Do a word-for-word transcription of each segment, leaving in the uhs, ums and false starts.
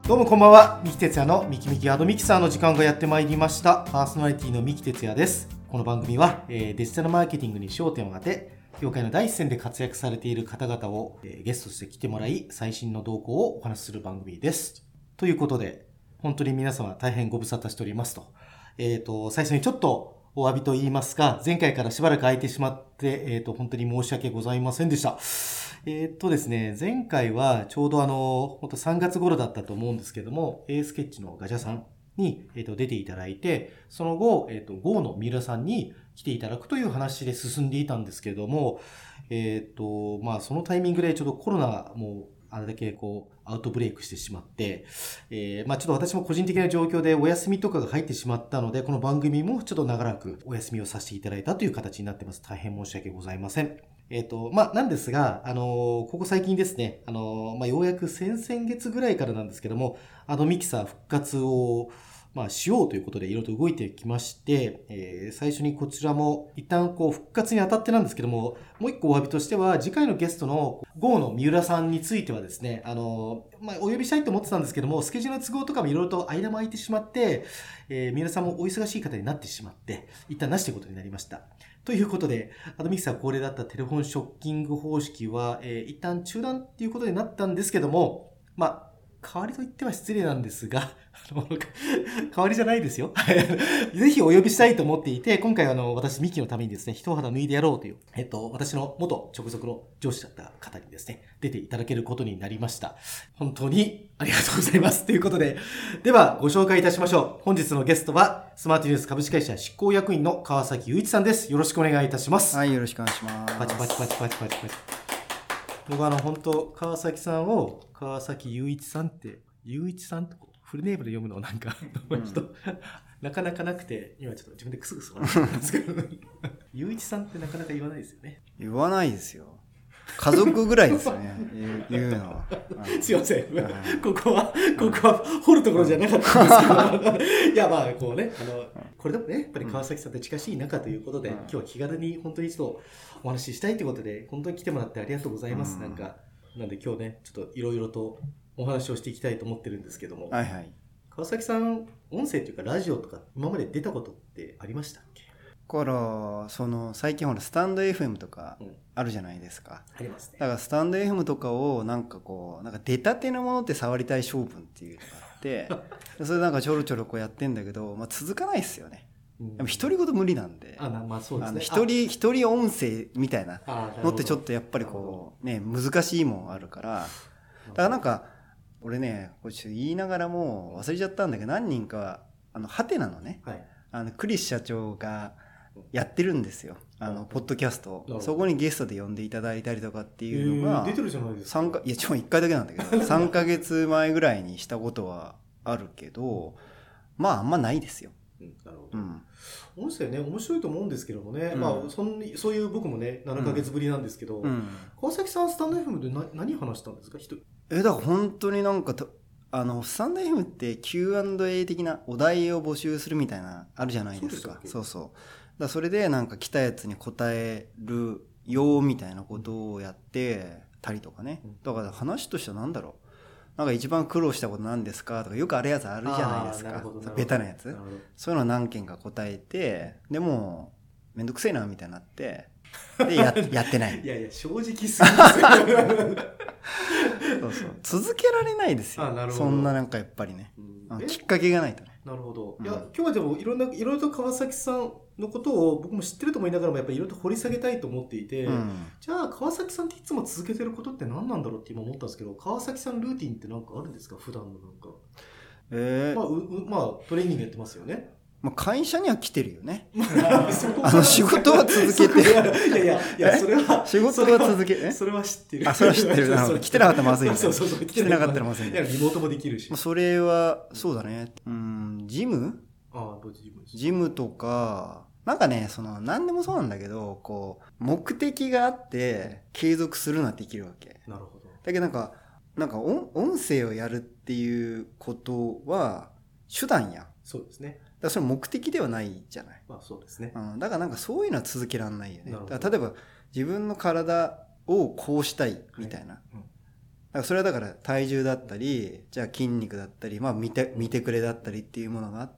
どうもこんばんは。三木哲也のミキミキアドミキサーの時間がやってまいりました。パーソナリティの三木哲也です。この番組は、えー、デジタルマーケティングに焦点を当て、業界の第一線で活躍されている方々を、えー、ゲストとして来てもらい、最新の動向をお話しする番組です。ということで、本当に皆様大変ご無沙汰しておりますと。えっと、最初にちょっとお詫びと言いますか、前回からしばらく空いてしまって、えっと、本当に申し訳ございませんでした。えーっとですね、前回はちょうどあの、本当さんがつ頃だったと思うんですけども、A スケッチのガジャさんに、えーっと出ていただいて、その後、えーっと Go の三浦さんに来ていただくという話で進んでいたんですけれども、えーっと、まあそのタイミングでちょっとコロナもあれだけこうアウトブレイクしてしまって、えー、まあちょっと私も個人的な状況でお休みとかが入ってしまったので、この番組もちょっと長らくお休みをさせていただいたという形になってます。大変申し訳ございません。えっと、まあ、なんですが、あのー、ここ最近ですね、あのー、まあ、ようやく先々月ぐらいからなんですけども、アドミキサー復活を、まあ、しようということでいろいろと動いてきまして、えー、最初にこちらも一旦こう復活にあたってなんですけども、もう一個お詫びとしては、次回のゲストの Go の三浦さんについてはですね、あのー、まあ、お呼びしたいと思ってたんですけども、スケジュールの都合とかもいろいろと間も空いてしまって、えー、三浦さんもお忙しい方になってしまって、一旦なしということになりました。ということで、アドミキサー恒例だったテレフォンショッキング方式は、えー、一旦中断っていうことになったんですけども、まあ、代わりと言っては失礼なんですが、あの代わりじゃないですよ。ぜひお呼びしたいと思っていて、今回あの、私、ミキのためにですね、一肌脱いでやろうという、えっと、私の元直属の上司だった方にですね、出ていただけることになりました。本当にありがとうございます。ということで、ではご紹介いたしましょう。本日のゲストは、スマートニュース株式会社執行役員の川崎雄一さんです。よろしくお願いいたします。 はい、よろしくお願いします。 パチパチパチパチパチパチ。僕あの、本当川崎さんを、川崎雄一さんって、雄一さんとフルネームで読むのなんか、うん、なかなかなくて、今ちょっと自分でクスクス笑ってるんですけど、雄一さんってなかなか言わないですよね。 言わないですよ。家族ぐらいですよね。言うのは。 すいません。ここは、ここは掘るところじゃなかったんですけど、いやまあこうね、あの、これでもね、やっぱり川崎さんと近しい仲ということで、今日は気軽に本当に一度お話ししたいということで、本当に来てもらってありがとうございます。なんか、なんで今日ね、ちょっといろいろとお話をしていきたいと思ってるんですけども、 はいはい。 川崎さん、音声というかラジオとか今まで出たことってありましたっけ？ だからその最近ほらスタンド エフエム とかあるじゃないですか、 うん、ありますね。 だからスタンド エフエム とかをなんかこうなんか出たてのものって触りたい性分っていうのがあってそれなんかちょろちょろこうやってんだけど、まあ、続かないですよね。でも独り言無理なんで、 あ、まあそうですね、 一人一人音声みたいなのってちょっとやっぱりこうね難しいもんあるから、だからなんか俺ねこれちょっと言いながらも忘れちゃったんだけど、何人かあのハテナのね、はい、あのクリス社長がやってるんですよ、あのポッドキャストを。そこにゲストで呼んでいただいたりとかっていうのが、 出てるじゃないですか。 さんかいやちょいっかいだけなんだけどさんかげつまえぐらいにしたことはあるけど、まああんまないですよ。 うん、なるほど。うん、音声ね面白いと思うんですけどもね、うん、まあそんそういう僕もねななかげつぶりなんですけど、うん、川崎さんスタンド エフエム でな何話したんですか？人えだから本当になんかあのスタンド エフエム って キューアンドエー 的なお題を募集するみたいなあるじゃないですか。そうそうそう。だそれでなんか来たやつに答えるよみたいなことをやってたりとかね。だから話としては何だろう。なんか一番苦労したこと何ですかとかよくあるやつあるじゃないですか。ベタなやつ。そういうの何件か答えて、でもめんどくせえなみたいになって、で や, やってない。 いやいや正直すぎですよ。 そうそう続けられないですよ。そんななんかやっぱりね、うん、きっかけがないとね。 なるほど。いや、うん、今日はでもいろんないろいろと川崎さんのことを僕も知ってると思いながらもやっぱりいろいろと掘り下げたいと思っていて、うん、じゃあ川崎さんっていつも続けてることって何なんだろうって今思ったんですけど、川崎さんルーティンって何かあるんですか？普段のなんか。えー、まあううまあトレーニングやってますよね。 まあ、会社には来てるよね。あの仕事は続けてる。 いやいやいやそれは仕事は続けてそれは知ってる。 あそれは知ってる。なるほど。来てなかったらまずいみたいな。 そうそうそう来てなかったらまずいみたいな。 リモートもできるし。 それはそうだね。うん、ジム？ ああ、どうジムです。 ジムとかなんかね、その何でもそうなんだけど、こう目的があって継続するのはできるわけ。 なるほど。 だけどなんかなんか 音, 音声をやるっていうことは手段や。 そうですね。 だからそれ目的ではないじゃない。 まあそうですね。 うん、だからなんかそういうのは続けられないよね。だから例えば自分の体をこうしたいみたいな、はいうん、 からそれはだから体重だったり、じゃあ筋肉だったり、まあ見て、見てくれだったりっていうものがあって、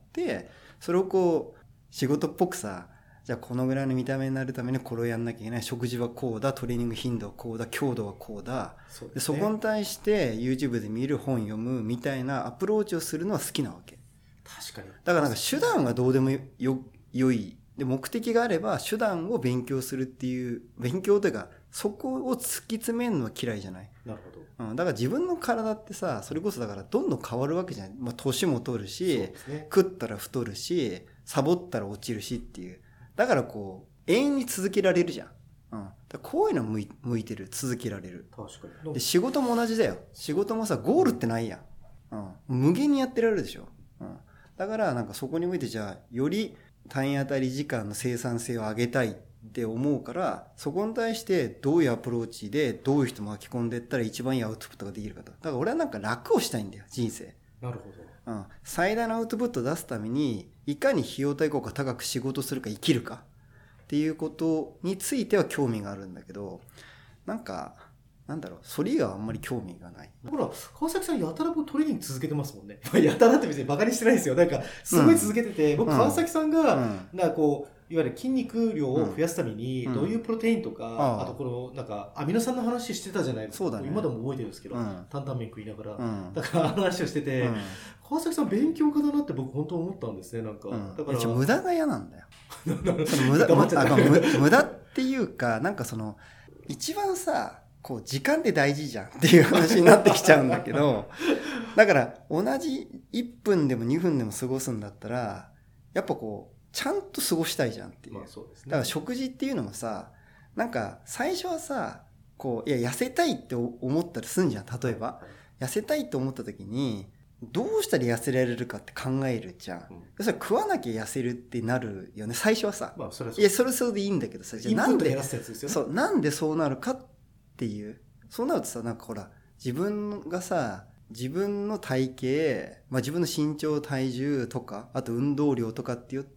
それをこう、仕事っぽくさ、じゃあこのぐらいの見た目になるためにこれをやんなきゃいけない。食事はこうだ、トレーニング頻度はこうだ、強度はこうだ。 そうですね、 でそこに対して YouTube で見る、本読むみたいなアプローチをするのは好きなわけ。 確かに。 だからなんか手段はどうでもよ、よい。で、目的があれば手段を勉強するっていう、勉強というか、そこを突き詰めるのは嫌いじゃない。 なるほど。 うん、だから自分の体ってさ、それこそだからどんどん変わるわけじゃない。まあ年も取るし、 ね、 食ったら太るし、サボったら落ちるしっていう。だからこう、永遠に続けられるじゃん。うん。だからこういうの向い、向いてる。続けられる。 確かに。 で、仕事も同じだよ。仕事もさ、ゴールってないやん。うん。無限にやってられるでしょ。うん。だからなんかそこに向いてじゃあ、より単位当たり時間の生産性を上げたいって思うから、そこに対してどういうアプローチでどういう人巻き込んでいったら一番いいアウトプットができるかと。だから俺はなんか楽をしたいんだよ、人生。 なるほど。 うん。最大のアウトプットを出すために、いかに費用対効果高く仕事するか生きるかっていうことについては興味があるんだけど、なんか、なんだろう、それ以外はあんまり興味がない。 ほら、川崎さんやたら僕トレーニング続けてますもんね。やたらって別にバカにしてないですよ。なんか、すごい続けてて、うん、僕、川崎さんが、うん、なんかこう、いわゆる筋肉量を増やすために、どういうプロテインとか、うん、あとこの、なんか、アミノ酸の話してたじゃないですか。そうだね。今でも覚えてるんですけど、うん、担々麺食いながら。うん、だから話をしてて、うん、川崎さん勉強家だなって僕本当思ったんですね、なんか。うん、 だから。無駄が嫌なんだよ。その無駄、無駄っていうか、なんかその、一番さ、こう時間って大事じゃんっていう話になってきちゃうんだけど、だから同じいっぷんでもにふんでも過ごすんだったら、やっぱこう、ちゃんと過ごしたいじゃんっていう。まあそうですね。だから食事っていうのもさ、なんか最初はさ、こう、いや痩せたいって思ったりすんじゃん、例えば。痩せたいと思った時に、どうしたら痩せられるかって考えるじゃん。うん、それ食わなきゃ痩せるってなるよね、最初はさ。まあそれはそう。いや、それそれでいいんだけどさ、じゃあなんで、そう、なんでそうなるかってっていう。そうなるとさ、なんかほら、自分がさ、自分の体型、まあ自分の身長、体重とか、あと運動量とかって言って、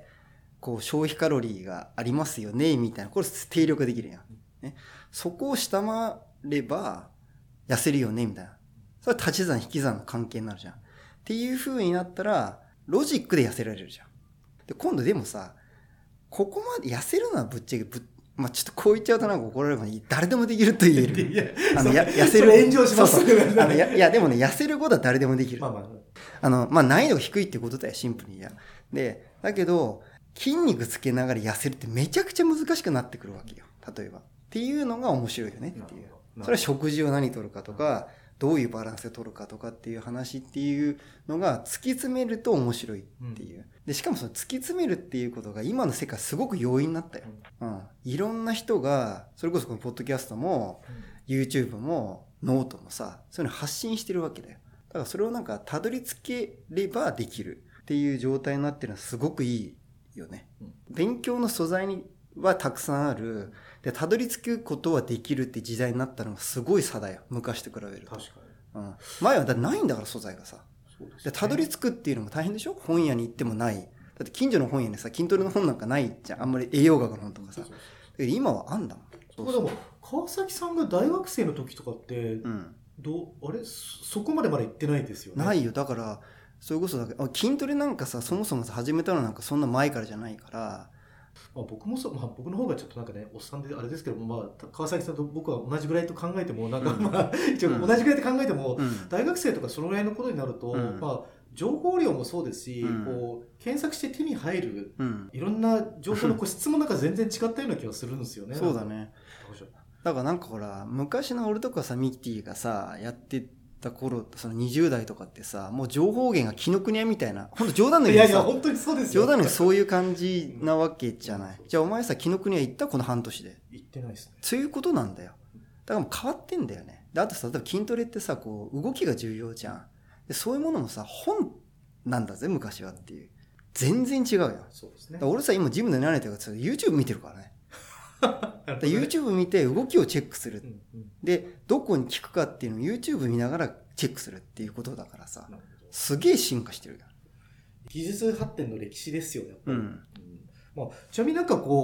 こう消費カロリーがありますよね、みたいな。これ定量化できるやん。ね。そこを下回れば、痩せるよね、みたいな。それは足し算引き算の関係になるじゃん。っていう風になったら、ロジックで痩せられるじゃん。で、今度でもさ、ここまで痩せるのはぶっちゃけぶっまあ、ちょっとこう言っちゃうとなんか怒られるのに誰でもできると言える。いやあのや痩せる炎上します。 そうそうあのやいやでもね痩せることは誰でもできる。まあまあ、あのまあ難易度が低いってことだよシンプルに。いやでだけど筋肉つけながら痩せるってめちゃくちゃ難しくなってくるわけよ。例えばっていうのが面白いよねっていう。それは食事を何取るかとかどういうバランスで取るかとかっていう話っていうのが突き詰めると面白いっていう。でしかもその突き詰めるっていうことが今の世界すごく容易になったよ。うん。いろんな人がそれこそこのポッドキャストも YouTube もノートもさそういうの発信してるわけだよ。だからそれをなんかたどり着ければできるっていう状態になってるのはすごくいいよね。勉強の素材にはたくさんある。で、たどり着くことはできるって時代になったのがすごい差だよ。昔と比べると。確かに。うん。前はだないんだから素材がさ。そうですね。で、たどり着くっていうのも大変でしょ？本屋に行ってもない。だって近所の本屋にさ、筋トレの本なんかないじゃん。あんまり栄養学の本とかさ。そうそうそう今はあんだもん。 そうそう。でも、川崎さんが大学生の時とかって、うん、どう、あれそこまでまで行ってないですよね。 ないよ。だから、それこそだけ筋トレなんかさ、そもそもさ、始めたのなんかそんな前からじゃないから、 まあ、僕もそう、まあ、僕の方がちょっとなんかねおっさんであれですけども、まあ、川崎さんと僕は同じぐらいと考えてもなんか、うん、まあ一応同じぐらいで考えても、うん、大学生とかそのぐらいのことになると、うん、まあ情報量もそうですし、うん、こう検索して手に入る、うん、いろんな情報のこう質もなんか全然違ったような気がするんですよね。 そうだね。だからなんかほら昔の俺とかさミキティがさやってた頃そのにじゅう代とかってさもう情報源が紀ノ国屋みたいな本当冗談のようにさいやいや本当にそうですよ冗談のようにそういう感じなわけじゃない。じゃあお前さ紀ノ国屋行ったこの半年で行ってないですね。 そういうことなんだよ。だからもう変わってんだよね。であとさ例えば筋トレってさこう動きが重要じゃん。でそういうものもさ本なんだぜ昔はっていう全然違うよ。そうですね。俺さ今ジムで慣れてるから YouTube 見てるからねYouTube 見て動きをチェックする、うんうん、でどこに効くかっていうのを YouTube 見ながらチェックするっていうことだからさすげえ進化してるよ。 技術発展の歴史ですよねやっぱり、うんうんまあ、ちなみになんかこう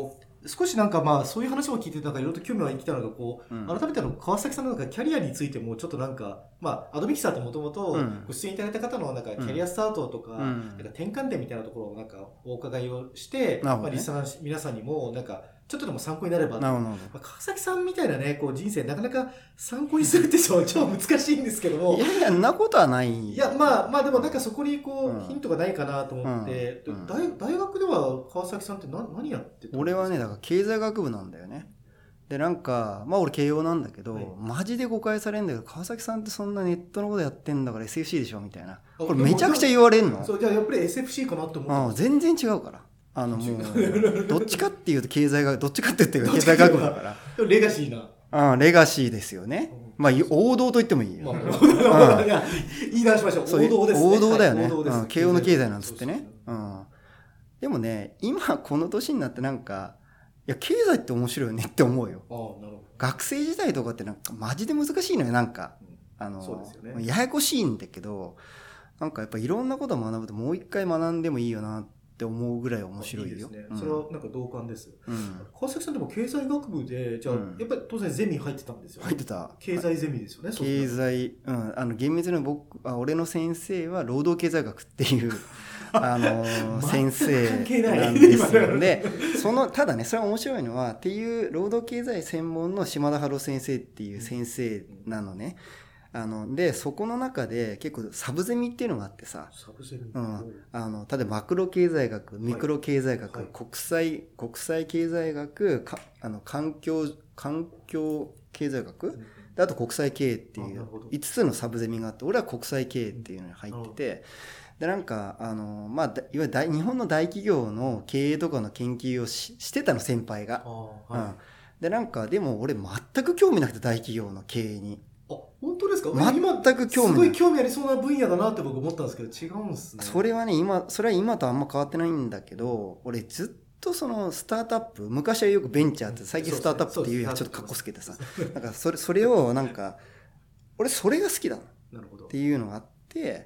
少しなんかまあそういう話も聞いてなんかいろいろと興味がきたのがこう、うん、改めての川崎さんのなんかキャリアについてもちょっとなんかまあアドミキサーってもともとご出演いただいた方のなんかキャリアスタートとか、うん、なんか転換点みたいなところをなんかお伺いをして、まあ、リスナー皆さんにもなんかちょっとでも参考になれば、まあ、川崎さんみたいなねこう人生なかなか参考にするって超難しいんですけども、 いやいやんなことはない。 いやまあまあでもなんかそこにこう、うん、ヒントがないかなと思って、うんうん、大, 大学では川崎さんって何何やってたんですか？ 俺はねだから経済学部なんだよね。でなんかまあ俺慶応なんだけど、はい、マジで誤解されるんだけど川崎さんってそんなネットのことやってんだから エスエフシー でしょみたいな、これめちゃくちゃ言われるの。 そうじゃあやっぱり エスエフシー かなと思って。 全然違うから、あのもうどっちかっていうと経済学どっちかって言って経済学部だからレガシーな、 うん、レガシーですよね。まあ王道と言ってもいいよ、まあうん、いや言い直しましょう。王道ですね。 王道だよね、はいうん、慶応の経済なんつってね。うん、でもね今この年になってなんかいや経済って面白いよねって思うよ。ああなるほど。学生時代とかってなんかマジで難しいのよなんか、うん、あのそうですよね、ややこしいんだけどなんかやっぱいろんなことを学ぶともう一回学んでもいいよなって思うぐらい面白いよ。いいですね、うん、 それはなんか同感です、うん、川崎さんでも経済学部でじゃあ、うん、やっぱり当然ゼミ入ってたんですよね。 入ってた。 経済ゼミですよね。 経済、うん、あの厳密に僕あ俺の先生は労働経済学っていうあのー、先生なんですよね。そのただねそれは面白いのはっていう労働経済専門の島田春先生っていう先生なのね。あのでそこの中で結構サブゼミっていうのがあってさ、 サブゼミ、 うん、あの例えばマクロ経済学、ミクロ経済学、はいはい、国際国際経済学、かあの環境環境経済学、うん、であと国際経営っていういつつのサブゼミがあって、俺は国際経営っていうのに入ってて、でなんかあの、まあ、いわゆる大日本の大企業の経営とかの研究を し, してたの先輩が、はいうん、でなんかでも俺全く興味なくて大企業の経営に。 あ本当ですか？ 全く興味ない。 すごい興味ありそうな分野だなって僕思ったんですけど違うんですね。 それはね今それは今とあんま変わってないんだけど、俺ずっとそのスタートアップ、昔はよくベンチャーって最近スタートアップっていうやつちょっとカッコつけてさ、なんかそれそれをなんか俺それが好きだなっていうのがあって、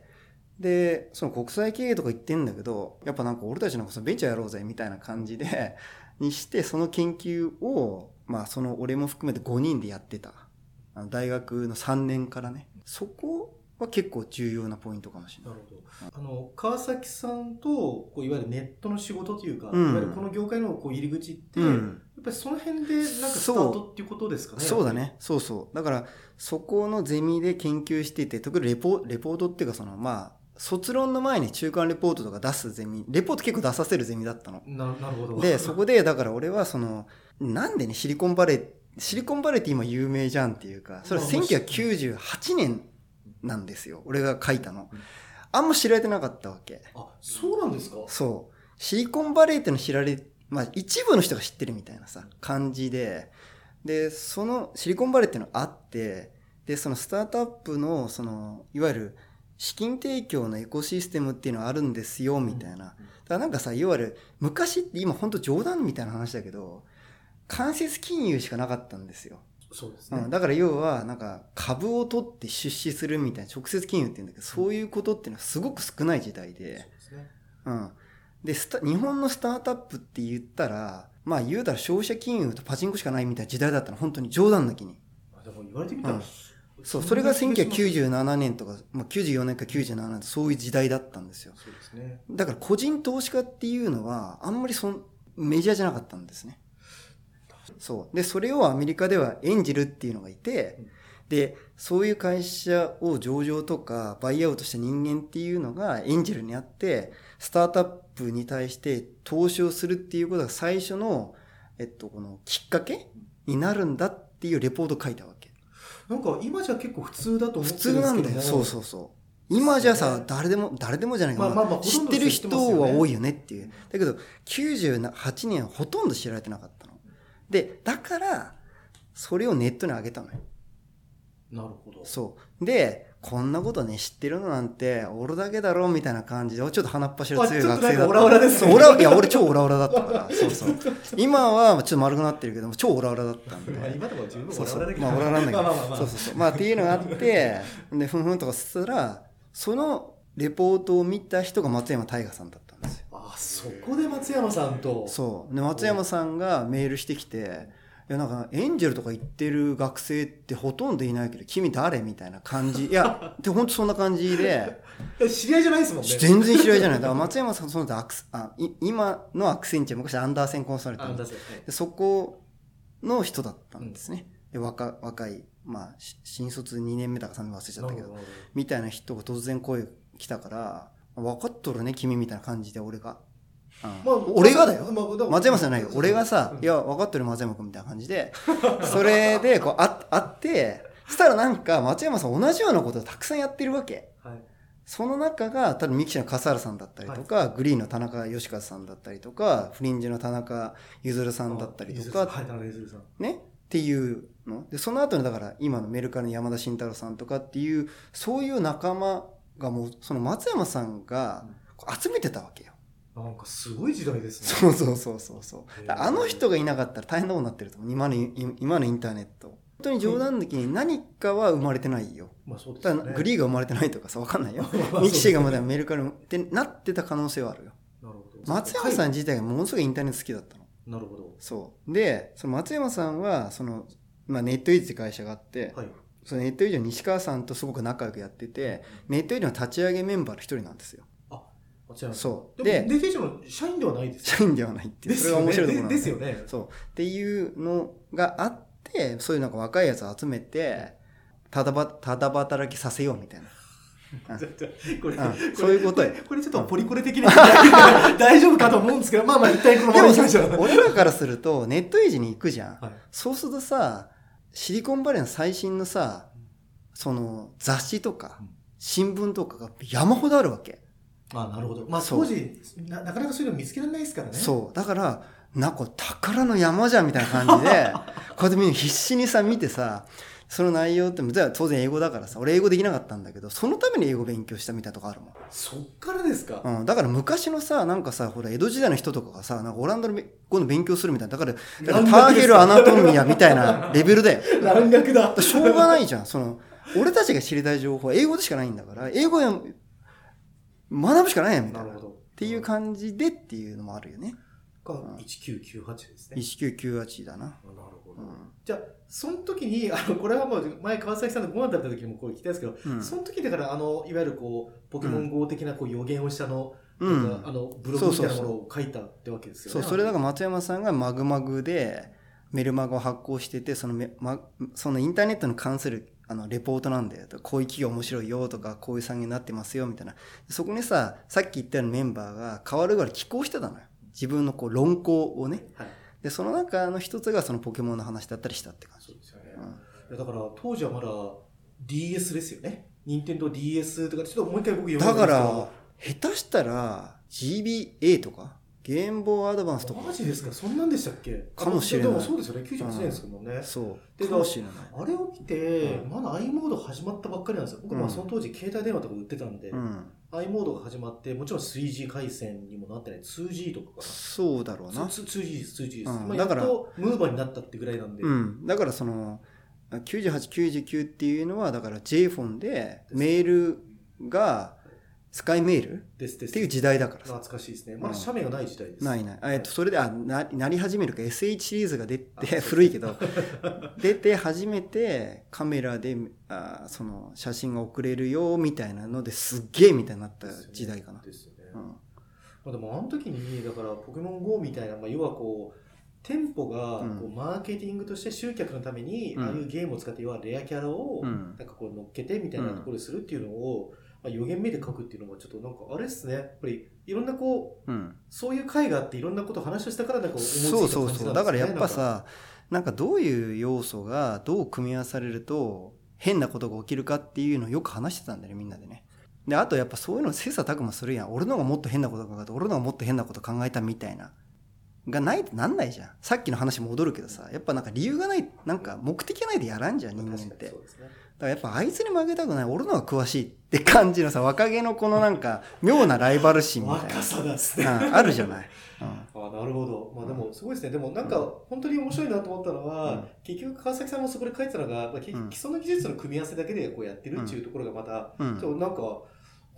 でその国際経営とか言ってんだけどやっぱなんか俺たちなんかそのベンチャーやろうぜみたいな感じでにしてその研究をまあその俺も含めてごにんでやってた。あの大学のさんねんからね、そこは結構重要なポイントかもしれない。なるほど。あの川崎さんとこういわゆるネットの仕事というか、うん、いわゆるこの業界のこう入り口って、うん、やっぱりその辺でなんかスタートっていうことですかね。 そう、そうだね。そうそう。だからそこのゼミで研究していて、特にレポレポートっていうかそのまあ卒論の前に中間レポートとか出すゼミ、レポート結構出させるゼミだったの。 な, なるほど。 でそこでだから俺はそのなんでねシリコンバレーシリコンバレーって今有名じゃんっていうか、それはせんきゅうひゃくきゅうじゅうはちねんなんですよ。俺が書いたの。あんま知られてなかったわけ。 あ、そうなんですか？ そう。シリコンバレーっての知られ、まあ一部の人が知ってるみたいなさ、感じで、で、そのシリコンバレーってのがあって、で、そのスタートアップの、その、いわゆる資金提供のエコシステムっていうのがあるんですよ、みたいな。だからなんかさ、いわゆる昔って今本当冗談みたいな話だけど、間接金融しかなかったんですよ。 そうですね。 うん、だから要はなんか株を取って出資するみたいな直接金融って言うんだけど、そういうことっていうのはすごく少ない時代で、そうですね。うん。でスタ日本のスタートアップって言ったら、まあ言うたら消費者金融とパチンコしかないみたいな時代だったの、本当に冗談抜きに。 あ、でも言われてみたら、うん、 そう、それがせんきゅうひゃくきゅうじゅうななねんとか、まあ、きゅうじゅうよねんかきゅうじゅうななねんそういう時代だったんですよ。 そうですね。 だから個人投資家っていうのはあんまりそんメジャーじゃなかったんですね。そうでそれをアメリカではエンジェルっていうのがいて、うん、でそういう会社を上場とかバイアウトした人間っていうのがエンジェルにあって、スタートアップに対して投資をするっていうことが最初の、えっと、このきっかけになるんだっていうレポートを書いたわけ。 なんか今じゃ結構普通だと思ってるんですけども。 普通なんだよ。そうそうそう。今じゃさ、ね、誰でも誰でもじゃないかな、まあまあまあ、知ってる人は多いよねっていう。だけどきゅうじゅうはちねんはほとんど知られてなかったの。でだからそれをネットに上げたのよ。 なるほど。 そうでこんなことね知ってるのなんて俺だけだろみたいな感じでちょっと鼻っ端の強い学生だった。 オラオラですね。 オラいや俺超オラオラだったからそうそう今はちょっと丸くなってるけども超オラオラだったんで今でも十分オラオラだけどまあオラオラなんだけどまあまあまあそうそうそうまあっていうのがあってでふんふんとかしたらそのレポートを見た人が松山大河さんだったんですよ。 ああ、そこで松山さんと。 そうで松山さんがメールしてきて、いやなんかエンジェルとか行ってる学生ってほとんどいないけど君誰みたいな感じいやで本当そんな感じで知り合いじゃないですもんね。 全然知り合いじゃない。だから松山さんそのアクスあい今のアクセンチャー昔アンダーセンコンサルティング、はい、でそこの人だったんですね、うん、で 若, 若い、まあ、新卒にねんめだかさんねんめ忘れちゃったけどみたいな人が突然声来たから分かっとるね君みたいな感じで俺が、うんまあ、俺がだよ、まあ、松山さんじゃないよ俺がさ、うん、いや分かってる松山君みたいな感じでそれでこうあ会ってそしたらなんか松山さん同じようなことをたくさんやってるわけ、はい、その中が多分ミキシの笠原さんだったりとか、はい、グリーンの田中義和さんだったりとかフリンジの田中譲さんだったりとか、はい、田中譲さんねっていうのでその後にだから今のメルカリの山田慎太郎さんとかっていうそういう仲間がもうその松山さんが集めてたわけよ。 なんかすごい時代ですね。そうそうそうそうそうあの人がいなかったら大変なことになってると思う。今の今のインターネット本当に冗談的に何かは生まれてないよ、まあそうですね、だグリーが生まれてないとかさ分かんないよミキシーがまだメルカリってなってた可能性はあるよ。なるほど。松山さん自体がものすごいインターネット好きだったの。 なるほど。 そうでその松山さんはその、まあ、ネットエイジって会社があって、はい、そのネットエイジの西川さんとすごく仲良くやっててネットエイジの立ち上げメンバーの一人なんですよ。 あ、松山さん。 そうでネットエイジの社員ではないですよ。社員ではないっていう、それが面白いところなんですよね。 そうっていうのがあってそういうなんか若いやつを集めてただばただ働きさせようみたいなこれ、うん、そういうことよ。 これちょっとポリコレ的に大丈夫かと思うんですけど、まあまあ一体このままいきましょう。 俺らからするとネットエイジに行くじゃん、はい、そうするとさシリコンバレーの最新のさその雑誌とか新聞とかが山ほどあるわけ。 ああ、なるほど。まあ当時 な, なかなかそういうの見つけられないですからね。 そうだからなんか宝の山じゃんみたいな感じでこうやってみんな必死にさ見てさその内容って当然英語だからさ俺英語できなかったんだけどそのために英語勉強したみたいなとこあるもん。 そっからですか、 うん、だから昔のさなんかさほら江戸時代の人とかがさなんかオランダの語の勉強するみたいなだからだからターヘルアナトミアみたいなレベルだよ乱学だしょうがないじゃんその俺たちが知りたい情報は英語でしかないんだから英語や学ぶしかないやんみたいなっていう感じでっていうのもあるよね。 がいちきゅうきゅうはちですね。 いちきゅうきゅうはちだな。なるほど。うん、じゃあその時にあのこれはもう前川崎さんとご飯食べた時にもこれ聞きたいですけど、うん、その時だからあのいわゆるこうポケモン ゴー 的なこう予言をしたの、うん、なんかあのブログみたいなものを書いたってわけですよね。 そうそれだから松山さんがマグマグでメルマガを発行しててそのメ、ま、そのインターネットに関するあのレポートなんだよとこういう企業面白いよとかこういう産業になってますよみたいなそこにささっき言ったようなメンバーが変わるぐらい寄稿してたのよ自分のこう論考をね、はい、でその中の一つがそのポケモンの話だったりしたって感じ。 そうですよね、うん、だから当時はまだ ディーエス ですよね。任天堂 ディーエス とかちょっともう一回僕読むんですけどだから下手したら ジービーエー とかゲームボーイアドバンスとかマジですかそんなんでしたっけかもしれない。 でもそうですよねきゅうじゅうはちねんですもんね、うん、 そうかもしれない。 あれを見て、うん、まだ i モード始まったばっかりなんですよ。僕もその当時携帯電話とか売ってたんで、うん、i モードが始まってもちろん スリージー 回線にもなってない ツージー とかかな。 そうだろうなツージー です ツージー です、うんまあ、やっとムーバーになったってぐらいなんで、 うん、だからそのきゅうじゅうはち、きゅうじゅうきゅうっていうのはだから ジェイフォン でメールがスカイメールっていう時代だからさ。 懐かしいですね。まだ社名がない時代です。 うん、ないない。えっとそれであななり始めるか エスエイチ シリーズが出て古いけど出て初めてカメラであその写真が送れるよみたいなのですっげえみたいになった時代かな。ですよね。ですよね。うん、まあでもあの時にだからポケモン ゴー みたいな、まあ、要はこう店舗がこうマーケティングとして集客のために、ああいうゲームを使って要はレアキャラをなんかこう乗っけてみたいなところでするっていうのを、まあ、予言目で書くっていうのもちょっとなんかあれですね。やっぱりいろんなこう、うん、そういう会があっていろんなことを話をしたからなんか思いついた感じなんですね。そうそうそう。 だからやっぱさ、なんかどういう要素がどう組み合わされると変なことが起きるかっていうのをよく話してたんだよねみんなでね。であとやっぱそういうの切磋琢磨するやん。俺のがもっと変なこと考えた俺のがもっと変なこと考えたみたいながないとなんないじゃん。さっきの話戻るけどさ、やっぱなんか理由がないなんか目的がないでやらんじゃん人間って。そうですね。だからやっぱあいつに負けたくない俺のが詳しいって感じのさ若気のこのなんか妙なライバル心みたいな若さだっすね、 うん、あるじゃない、 うん、あなるほど。まあでもすごいですね。でもなんか本当に面白いなと思ったのは、うん、結局川崎さんもそこで書いてたのが、まあ、基礎の技術の組み合わせだけでこうやってるっていうところがまた、うん、ちょっとなんか本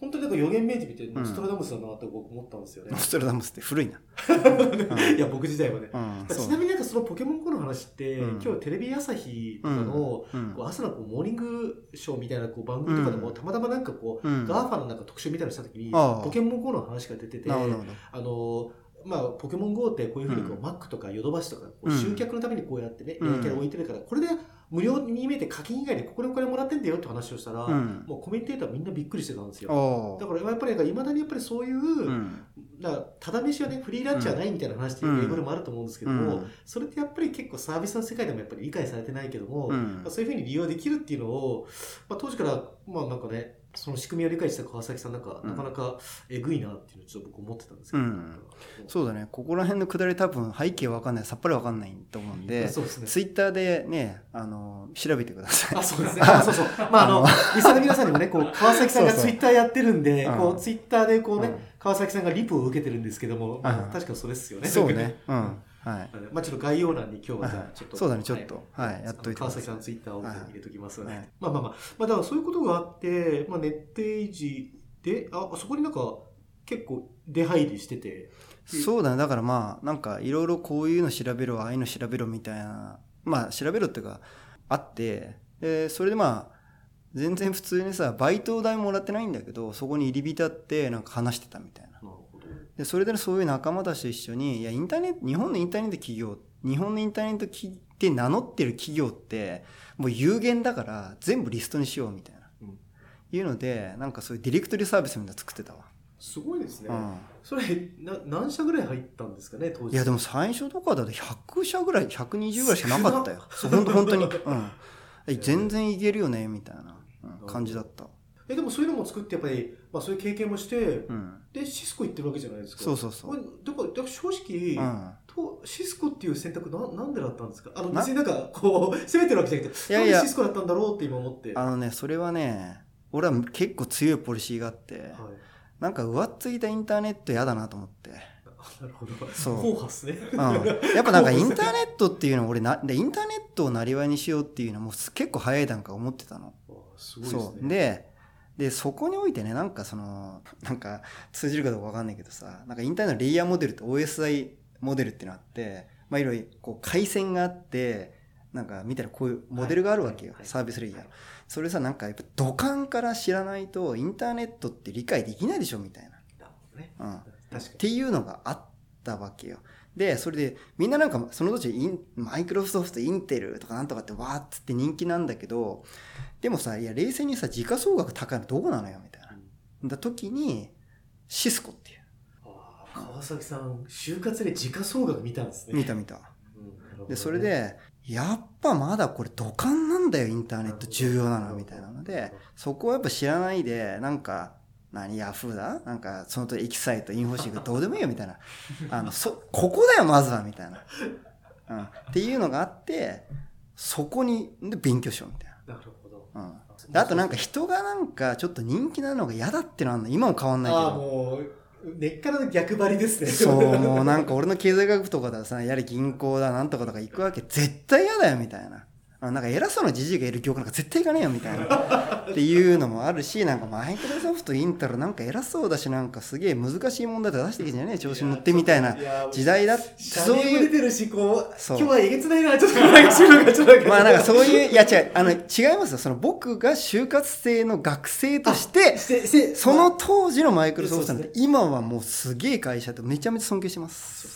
本当になんか予言めいてみてノストラダムスだなって僕思ったんですよね、 ノストラダムスって古いな、 いや僕自体はね、 うん、 ちなみになんかそのポケモン ゴー の話って、 うん、 今日テレビ朝日とかの、うん、こう朝のこうモーニングショーみたいなこう番組とかでも、うん、たまたまなんかこう、うん、ガーファのなんか特集みたいなのした時に、ポケモン ゴー の話が出てて、あのまあ、ポケモン ゴー ってこういうふうにこう、うん、マックとかヨドバシとかこう集客のためにこうやってね、うん、キャラ置いてるから、これで無料に見えて課金以外でここでお金もらってんだよって話をしたら、うん、もうコメンテーターみんなびっくりしてたんですよ。だからやっぱりいまだにやっぱりそういう、うん、だからただ飯はねフリーランチはないみたいな話って英語でもあると思うんですけども、うん、それってやっぱり結構サービスの世界でもやっぱり理解されてないけども、うん、まあ、そういうふうに利用できるっていうのを、まあ、当時からまあなんかねその仕組みを理解した川崎さんなんか、うん、なかなかえぐいなっていうのをちょっと僕思ってたんですけど、うん、 そうだね、ここら辺のくだり多分背景わかんない、さっぱりわかんないと思うんで、 そうですね、 ツイッターでねあの調べてください。 あ、そうですね。あ、そうそう。まああのリスナーの皆さんにもね、こう川崎さんがツイッターやってるんで、そうそう、こうツイッターでこうね、うん、川崎さんがリプを受けてるんですけども、まあ、確かそれですよね。 そうね。うん。はい、 まあちょっと概要欄に今日はじゃあちょっと、 そうだね、ちょっと、はい、はい、やっといてください。 川崎さんのツイッターを入れときますので、はい、まあまあまあ、まあだからそういうことがあって、まあネットページで、あ、そこになんか結構出入りしてて、 そうだね、だからまあなんかいろいろこういうの調べろ、ああいうの調べろみたいな、まあ調べろっていうかあって、でそれでまあ全然普通にさバイト代もらってないんだけど、そこに入り浸ってなんか話してたみたいな。でそれでそういう仲間たちと一緒に、いやインターネット、日本のインターネット企業、日本のインターネットって名乗ってる企業ってもう有限だから全部リストにしようみたいな、うん、いうのでなんかそういうディレクトリサービスみたいなの作ってたわ。 すごいですね、うん、それな何社ぐらい入ったんですかね当時。 いやでも最初とかだとひゃくしゃぐらい、ひゃくにじゅうぐらいしかなかったよ。そう本当本当に、うん、全然いけるよねみたいな、うん、感じだった。 えでもそういうのも作ってやっぱり、まあ、そういう経験もして、うん、でシスコ行ってるわけじゃないですか。 そうそうそう。 だから、だから正直、うん、とシスコっていう選択ななんでだったんですか。あの別になんかこう責めてるわけじゃなくて、いやいやなんでシスコだったんだろうって今思って。 あのねそれはね俺は結構強いポリシーがあって、はい、なんか上っついたインターネット嫌だなと思って。 なるほど。そう硬派っすね、 うん、やっぱなんかインターネットっていうのは俺なでインターネットをなりわいにしようっていうのも結構早い段階思ってたの。 すごいですね。 そうででそこにおいてねなんかそのなんか通じるかどうか分かんないけどさ、なんかインターネットのレイヤーモデルと オーエスアイ モデルっていうのがあって、まあいろいろこう回線があってなんかみたいなこういうモデルがあるわけよ、はいはい、サービスレイヤー、はい、それさなんかやっぱ土管から知らないとインターネットって理解できないでしょみたいな、 ね、 うん、確かにっていうのがあったわけよ。でそれでみんななんかその当時インマイクロソフトインテルとかなんとかってわーっつって人気なんだけど、でもさいや冷静にさ時価総額高いのどこなのよみたいな、うん、だ時にシスコっていう、 あ川崎さん就活で時価総額見たんですね。 見た見た、うん、でそれでやっぱまだこれ土管なんだよインターネット重要なのみたいなので、そこはやっぱ知らないでなんか何ヤフーだなんかそのとエキサイトインフォシークどうでもいいよみたいなあのそここだよまずはみたいな、うん、っていうのがあってそこにで勉強しようみたいな。 なるほど、 うん、であとなんか人がなんかちょっと人気なのが嫌だってのあるの今も変わんないけど、 あもう根っからの逆張りですね。 そうもうなんか俺の経済学部とかださやはり銀行だなんとかとか行くわけ絶対嫌だよみたいな、なんか偉そうなじじいがいる業界なんか絶対行かねえよみたいなっていうのもあるし、なんかマイクロソフトインタルなんか偉そうだしなんかすげえ難しい問題で出してきてんじゃねえ調子に乗ってみたいな時代だって、 そういう出てるしこう今日はえげつないなちょっとなんかそういうのがちょっとまあなんかそういういや違うあの違いますよ。その僕が就活生の学生としてその当時のマイクロソフトなんて今はもうすげえ会社とめちゃめちゃ尊敬してます。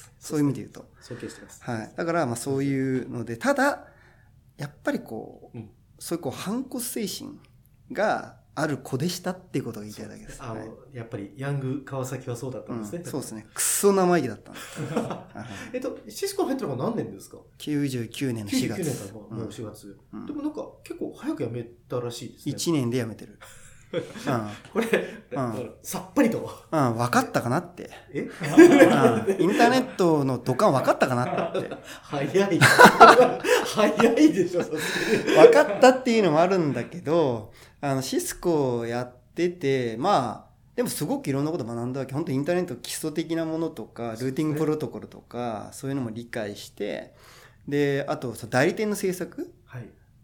そういう意味で言うと尊敬してます。 はい。だからまあそういうのでただやっぱりこう、うん、そういうこう反骨精神がある子でしたっていうことが言いたいだけです。 あの、はい、やっぱりヤング川崎はそうだったんですね。 うん、そうですね。クソ生意気だったんです。 えっとシスコ入ったのが何年ですか？ きゅうじゅうきゅうねんのしがつ。 きゅうじゅうきゅうねんからもうしがつ、うん。でもなんか結構早く辞めたらしいですね。 いちねんで辞めてる。 うん、これ、うん、さっぱりと、 うん、分かったかなってえ、うん、 インターネットの土管分かったかなって早い早いでしょ分かったっていうのもあるんだけどあのシスコやっててまあでもすごくいろんなこと学んだわけ。本当インターネット基礎的なものとかルーティングプロトコルとかそういうのも理解して、であと代理店の制作、 はい、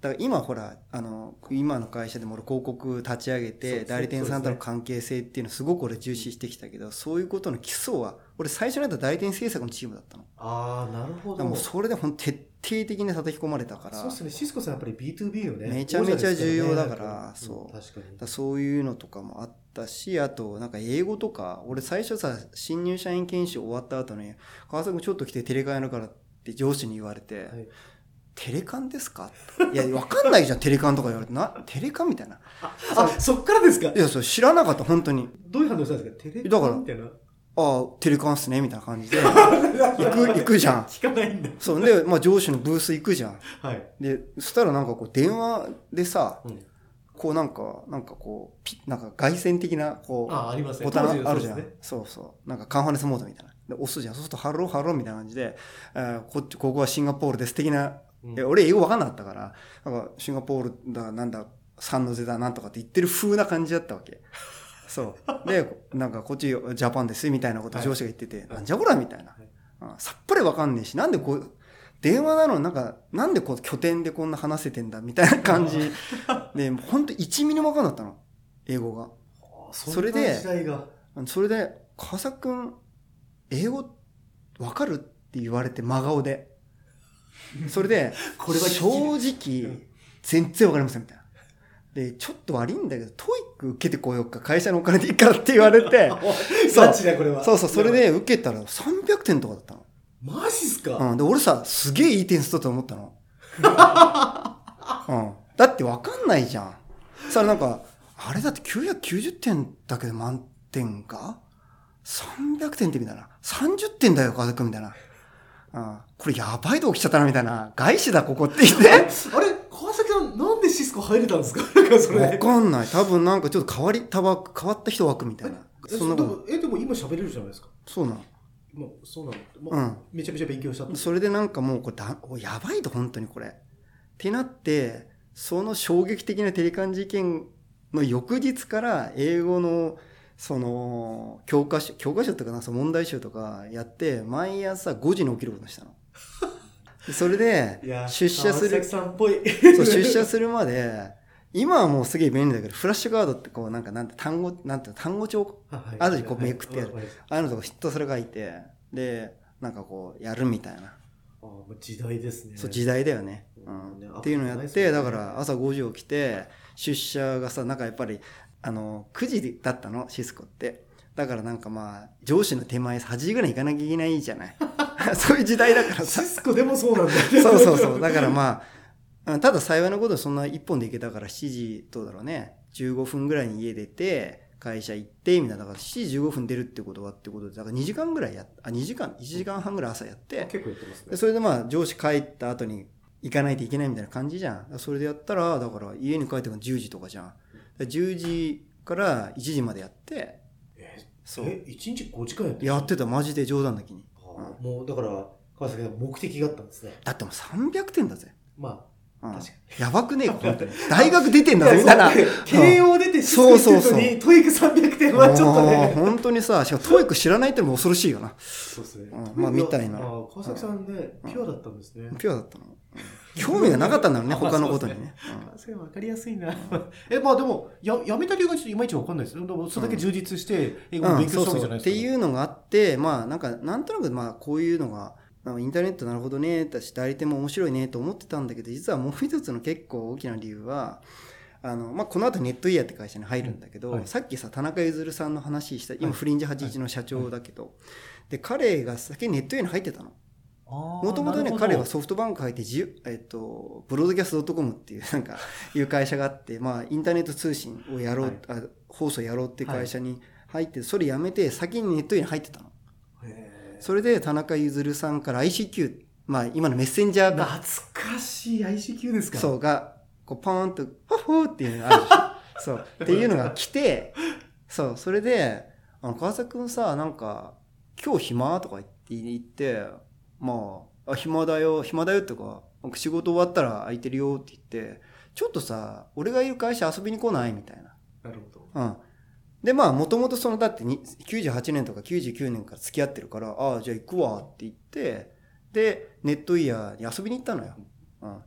だから今ほらあの今の会社でも俺広告立ち上げて代理店さんとの関係性っていうのすごく俺重視してきたけど、そういうことの基礎は俺最初にやった代理店制作のチームだったの。 ああなるほど。 もうそれでほん徹底的に叩き込まれたから。 そうですね。シスコさんやっぱり ビーツービー のねめちゃめちゃ重要だから、ね、そう、 うん、確かに。 だそういうのとかもあったし、あとなんか英語とか俺最初さ新入社員研修終わった後に川崎君ちょっと来てテレカやるからって上司に言われて、はい、テレカンですか？いや、わかんないじゃん、テレカンとか言われて。な、テレカンみたいな。 あ、あそっからですか？ いや、それ知らなかった、本当に。 どういう反応したんですか？テレカンみたいな。 ああ、テレカンっすね、みたいな感じで。行く、行くじゃん。 聞かないんだ。 そう。で、まあ上司のブース行くじゃん。 はい。 で、そしたらなんかこう、電話でさ、 うん、 こうなんか、なんかこう、ピなんか外線的な、こう、 あ、ありますね、 ボタンあるじゃん。そうね、 そうそう。なんかカンファレンスモードみたいな。で、押すじゃん。そうすると、ハローハローみたいな感じで、えー、こっち、ここはシンガポールです的な、うん、俺英語分かんなかったから、なんかシンガポールだ、なんだ、サンノゼだ、なんとかって言ってる風な感じだったわけ。そう。で、なんかこっちジャパンですみたいなこと上司が言ってて、はい、なんじゃこらみたいな、はい、あ。さっぱり分かんねえし、なんでこう、電話なのになんか、なんでこう拠点でこんな話せてんだみたいな感じで、ほんといちミリも分かんなかったの、英語が。それで、それで、川崎くん、英語分かるって言われて真顔で。それで、これは正直、全然わかりませんみたいな。で、ちょっと悪いんだけど、トイック受けてこようか、会社のお金でいいからって言われて、そう、そうそう、それで受けたらさんびゃくてんとかだったの。 マジっすか？ うん。で、俺さ、すげえいい点数だと思ったの。うん。だってわかんないじゃん。それなんか、あれだってきゅうひゃくきゅうじゅってんだけど満点がさんびゃくてんってみたいな。さんじゅってんだよ、川崎くんみたいな。うん、これやばいとこ来ちゃったなみたいな。外資だここって言って。あれ川崎さんなんでシスコ入れたんですか？なんかそれ。 わかんない。多分なんかちょっと変わりたば変わった人枠みたいな。 え、そんなことえでも今喋れるじゃないですか。 そうなの。 もうそうなの。まあ、うん。めちゃめちゃ勉強した。 それでなんかもうこれだやばいと本当にこれ。ってなってその衝撃的なテレカン事件の翌日から英語のその教科書教科書っていうかな、その問題集とかやって毎朝ごじに起きることにしたの。それで出社するさんっぽいそう出社するまで今はもうすげえ便利だけど、フラッシュカードってこうなんかなんて単語なんて単語帳あるじゃん、こうめくってやる、ああいうのとかひたすら書いてでなんかこうやるみたいな。 ああ時代ですね。 そう時代だよね。うん、ねっていうのをやって、だから朝ごじ起きて出社がさなんかやっぱりあのくじだったのシスコって。だからなんかまあ上司の手前はちじぐらい行かなきゃいけないじゃないそういう時代だからさ。 シスコでもそうなんだよねそうそうそう。だからまあただ幸いなことはそんな一本で行けたからしちじどうだろうねじゅうごふんぐらいに家出て会社行ってみたいな。だからしちじじゅうごふん出るってことはってことでだからにじかんぐらいやっあにじかんいちじかんはんぐらい朝やって結構やってますね。 でそれでまあ上司帰った後に行かないといけないみたいな感じじゃん。それでやったらだから家に帰ってからじゅうじとかじゃん。じゅうじからいちじまでやってえそうえいちにちごじかんやってやってたマジで冗談だけに、 うん、もうだから川崎さん目的があったんですね。 だってもうさんびゃくてんだぜ。 まあ、うん、確かにやばくねえか本当に大学出てんだぜみたいな。 慶応出てシスコ行ってるのにトイックさんびゃくてんはちょっとね本当にさしかもトイック知らないってのも恐ろしいよな。 そうですね、 うん、まあみたいな。 川崎さんね、うん、ピュアだったんですね。 ピュアだったの、うん、興味がなかったんだろうね他のことにね。 川崎わかりやすいなえまあでも や, やめた理由がちょっといまいちわかんないですよ。でもそれだけ充実して英語を勉強したわけじゃないですか、 うんうん、そうそうっていうのがあってまあなんかなんとなくまあこういうのがインターネットなるほどねだし代理店も面白いねと思ってたんだけど実はもう一つの結構大きな理由はあの、まあ、この後ネットイヤーって会社に入るんだけど、うんはい、さっきさ田中譲さんの話した今フリンジはちじゅういちの社長だけど、はいはい、で彼が先にネットイヤーに入ってたの。もともとね彼はソフトバンク入って、えっと、ブロードキャスト .com っていうなんかいう会社があって、まあ、インターネット通信をやろう、はい、あ放送やろうっていう会社に入って、はい、それ辞めて先にネットイヤーに入ってたの。それで田中譲さんから アイシーキュー、まあ今のメッセンジャーが懐かしい アイシーキュー ですか。 そうがこうパーンとホッホーっていうのがあるでしょそうっていうのが来てそうそれであの川崎くんさなんか今日暇とか言ってまああ暇だよ暇だよってか仕事終わったら空いてるよって言ってちょっとさ俺がいる会社遊びに来ないみたいな。 なるほど。 うんでまあもともとそのだってきゅうじゅうはちねんとかきゅうじゅうきゅうねんから付き合ってるからああじゃあ行くわって言ってでネットイヤーに遊びに行ったのよ、うん、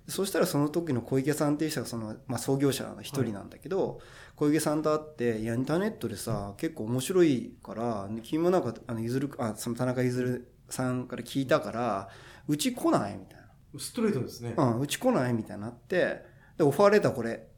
そしたらその時の小池さんっていう人がその、まあ、創業者の一人なんだけど、はい、小池さんと会って、いやインターネットでさ結構面白いから君もなんかあのゆずるあその田中ゆずるさんから聞いたからうち来ないみたいな、 ストレートですね。 うん、うち来ないみたいになって、でオファーレターこれ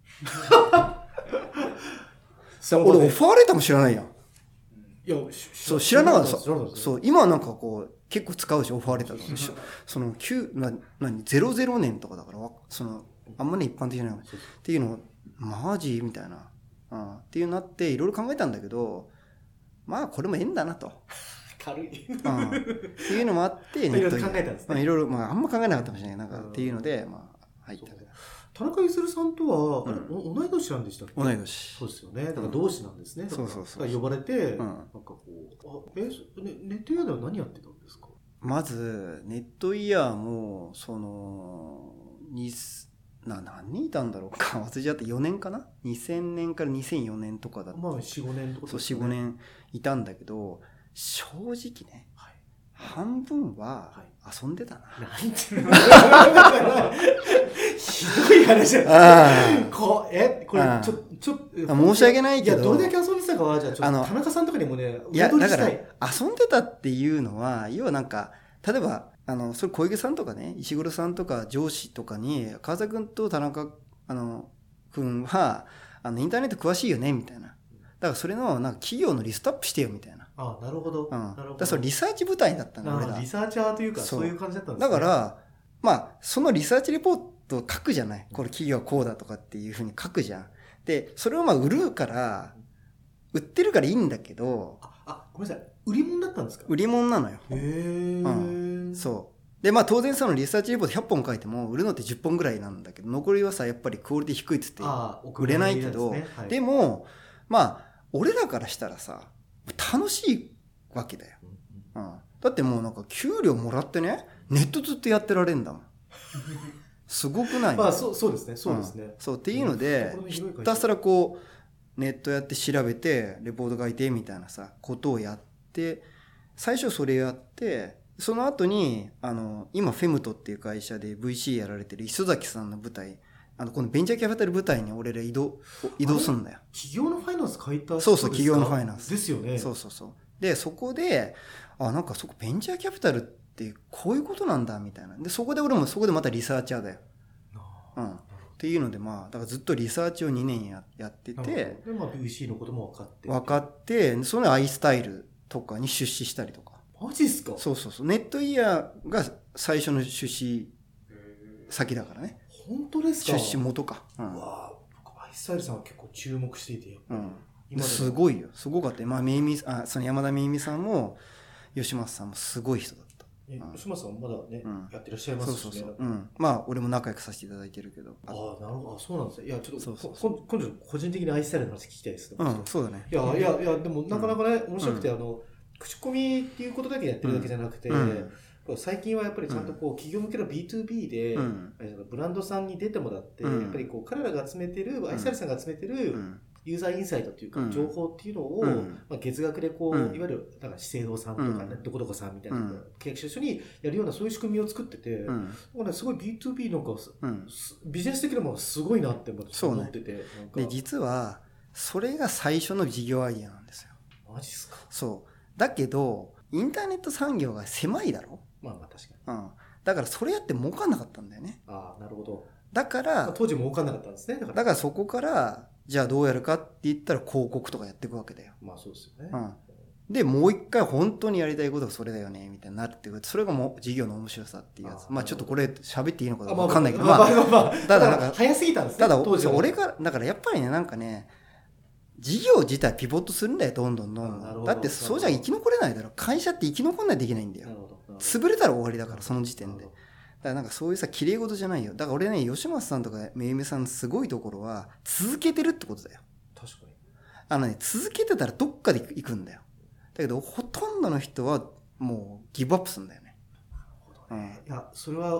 俺オファーレターも知らないやん。 いやそう知らなかった。そう今はなんかこう結構使うしオファーレターとかそのきゅうな何ゼロゼロねんとかだからそのあんまり一般的じゃないっていうのをマジみたいな、うん、っていうなっていろいろ考えたんだけど、まあこれも縁だなと軽い、 うん、っていうのもあっていろいろ考えたんですね。 まあ、いろいろまああんま考えなかったかもしれないなんかっていうのでまあ入った。 田中ゆずるさんとは、 うん、 同い年なんでしたっけ？ 同い年。 そうですよね。だから同志なんですね。うん、 そうそうそう。 呼ばれて、うん、なんかこう、あえ、ね、ネットイヤーでは何やってたんですか？ まず、ネットイヤーも、その、に、な、何人いたんだろうか。忘れちゃってよねんかな ?にせん 年からにせんよねんとかだった。 まあ、よん、ごねんとか、ね。 そう、よん、ごねんいたんだけど、正直ね、はい、半分は遊んでたな。 はい、なんていうのひどい話だ。こえこれちょちょ申し訳ないけど、 いやどれだけ遊んでたかはじゃあちょっと田中さんとかにもね、 いやだから遊んでたっていうのは要はなんか例えばあのそれ小池さんとかね石黒さんとか上司とかに川崎君と田中あの君はあのインターネット詳しいよねみたいな。だからそれのなんか企業のリストアップしてよみたいな。 ああなるほど。うん、なるほど。だからそれリサーチ部隊だったの俺ら。 リサーチャーというかそういう感じだったんですね。 だからまあそのリサーチレポート書くじゃない。これ企業はこうだとかっていうふうに書くじゃん。でそれをまあ売るから売ってるからいいんだけど。 あ、あごめんなさい。売り物だったんですか？ 売り物なのよ。 へー。 うん。そう。でまあ当然そのリサーチレポートひゃっぽん書いても売るのってじゅっぽんぐらいなんだけど残りはさやっぱりクオリティ低いっつって売れないけど、ねはい、でもまあ俺らからしたらさ楽しいわけだよ、うん、だってもうなんか給料もらってねネットずっとやってられんだもんすごくない？ まあそうそうですねそうですね、うん、 そうっていうので、うん、ひたすらこうネットやって調べてレポート書いてみたいなさことをやって最初それやってその後にあの今フェムトっていう会社で ブイシー やられてる磯崎さんの舞台あのこのベンチャーキャピタル舞台に俺ら移動移動するんだよ。 企業のファイナンス書いたそうそう企業のファイナンスですよね。 そうそうそうでそこであなんかそこベンチャーキャピタルってこういうことなんだみたいなでそこで俺もそこでまたリサーチャーだよ、うん、っていうのでまあだからずっとリサーチをにねん や, やっててで、 まあ、ブイシー のことも分かって分かってそのアイスタイルとかに出資したりとか。 マジっすか？ そうそうそうネットイヤーが最初の出資先だからね。 本当ですか？ 出資元か、うん、 うわ僕アイスタイルさんは結構注目していて、 うん、今すごいよすごかった。まあめいみあその山田めいみさんも吉松さんもすごい人だった。 え、うん、吉松さんまだね、うん、やってらっしゃいますしね。そうそうそう、 うん、まあ俺も仲良くさせていただいてるけど。 ああなるほどそうなんですね。いやちょっとそうそうそう今度個人的にアイスタイルの話聞きたいですね。 うんそうだね。 いやいやいやでもなかなかね、うん、面白くて、あの口コミっていうことだけやってるだけじゃなくて、うんうん、最近はやっぱりちゃんとこう企業向けの ビーツービー で、うん、ブランドさんに出てもらって、うん、やっぱりこう彼らが集めてる、うん、アイスタイルさんが集めてるユーザーインサイトっていうか、うん、情報っていうのを、うんまあ、月額でこう、うん、いわゆるだから資生堂さんとか、ねうん、どこどこさんみたいな、うん、契約者と一緒にやるようなそういう仕組みを作ってて、うん、ね、すごい ビーツービー なんか、うん、ビジネス的なものがすごいなって思ってて、ね、なんかで実はそれが最初の事業アイデアなんですよ。 マジっすか？ そうだけどインターネット産業が狭いだろ。 まあまあ確かに、うん、だからそれやって儲かんなかったんだよね。 ああなるほど。 だから、まあ、 当時儲かんなかったんですね。だから、 だからそこからじゃあどうやるかって言ったら広告とかやっていくわけだよ。 まあそうですよね、 うん、でもう一回本当にやりたいことがそれだよねみたいになるっていうそれがもう事業の面白さっていうやつ。あまあちょっとこれ喋っていいのか分かんないけど、まあ、まあまあまあ、 ただなんか早すぎたんですね。 ただ当時俺がだからやっぱりねなんかね事業自体ピボットするんだよどんどんどんどん。だってそうじゃ生き残れないだろ。会社って生き残んないといけないんだよ。潰れたら終わりだからその時点で。だからなんかそういうさ綺麗事じゃないよ。だから俺ね吉松さんとかめいめさんのすごいところは続けてるってことだよ。 確かに。 あのね続けてたらどっかで行くんだよ。だけどほとんどの人はもうギブアップするんだよね。 なるほどね。うん、いやそれは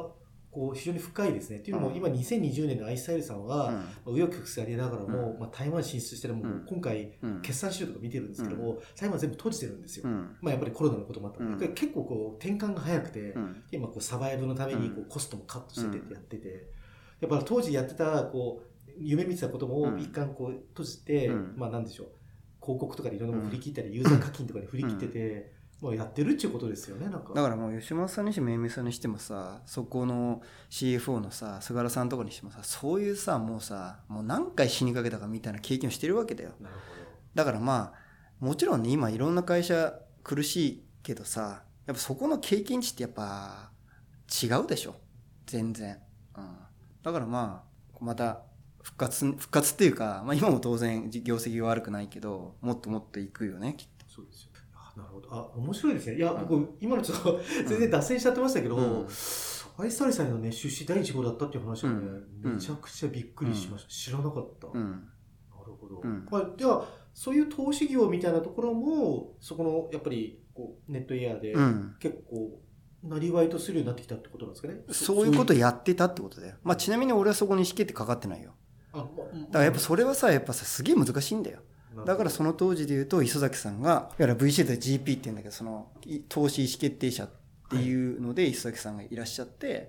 こう非常に深いですね。っていうのも、今にせんにじゅうねんのアイスタイルさんは、紆余曲折ありながらも、まあ、台湾進出してるもう今回、決算資料とか見てるんですけども、台湾全部閉じてるんですよ。まあ、やっぱりコロナのこともあったので、結構こう転換が早くて、今こうサバイブのためにこうコストもカットしててってやってて、やっぱ当時やってたこう夢見てたことも一貫こう閉じて、まあなんでしょう、広告とかでいろんなもの振り切ったり、ユーザー課金とかで振り切ってて、もうやってるっていうことですよね。なんかだからもう吉本さんにしてもめいめいさんにしてもさ、そこの シーエフオー のさ菅原さんとかにしてもさ、そういうさもうさもう何回死にかけたかみたいな経験をしてるわけだよ。 なるほど。 だからまあもちろんね今いろんな会社苦しいけどさ、やっぱそこの経験値ってやっぱ違うでしょ全然、うん、だからまあまた復活復活っていうか、まあ、今も当然業績は悪くないけどもっともっといくよねきっと。 そうですよ。なるほど。あ、面白いですね。いや、僕、うん、今のちょっと全然脱線しちゃってましたけど、うん、アイスタリさんのね、出資だいいち号だったっていう話はね、うん、めちゃくちゃびっくりしました。知らなかった。うん、なるほど。うん、まあ、では、そういう投資業みたいなところも、そこの、やっぱり、こう、ネットエアで、結構、なりわいとするようになってきたってことなんですかね。 うん、そういうことやってたってことだよ。まあ、ちなみに俺はそこに意思決定かかってないよ。あ、まあ、だからやっぱそれはさ、やっぱさ、すげえ難しいんだよ。だからその当時で言うと磯崎さんがいわゆる ブイシー で ジーピー って言うんだけど、その投資意思決定者っていうので磯崎さんがいらっしゃって、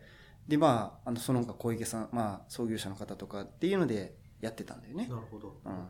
でまああのその他小池さん、まあ創業者の方とかっていうのでやってたんだよね。 なるほど。 うん、